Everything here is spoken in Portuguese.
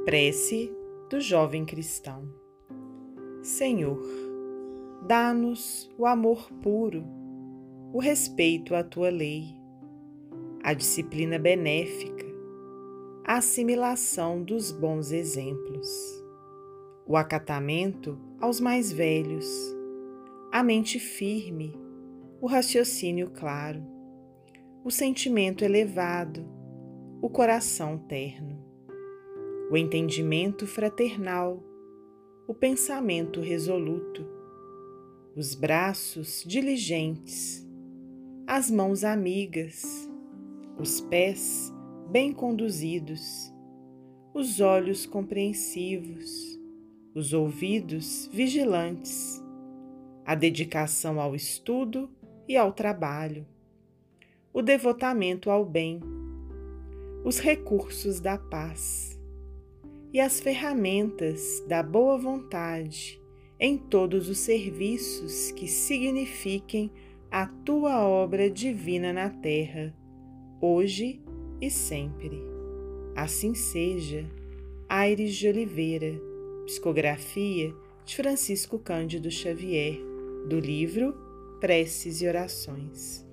Prece do jovem cristão. Senhor, dá-nos o amor puro, o respeito à tua lei, a disciplina benéfica, a assimilação dos bons exemplos, o acatamento aos mais velhos, a mente firme, o raciocínio claro, o sentimento elevado, o coração terno, o entendimento fraternal, o pensamento resoluto, os braços diligentes, as mãos amigas, os pés bem conduzidos, os olhos compreensivos, os ouvidos vigilantes, a dedicação ao estudo e ao trabalho, o devotamento ao bem, os recursos da paz e as ferramentas da boa vontade em todos os serviços que signifiquem a tua obra divina na terra, hoje e sempre. Assim seja. Aires de Oliveira, psicografia de Francisco Cândido Xavier, do livro Preces e Orações.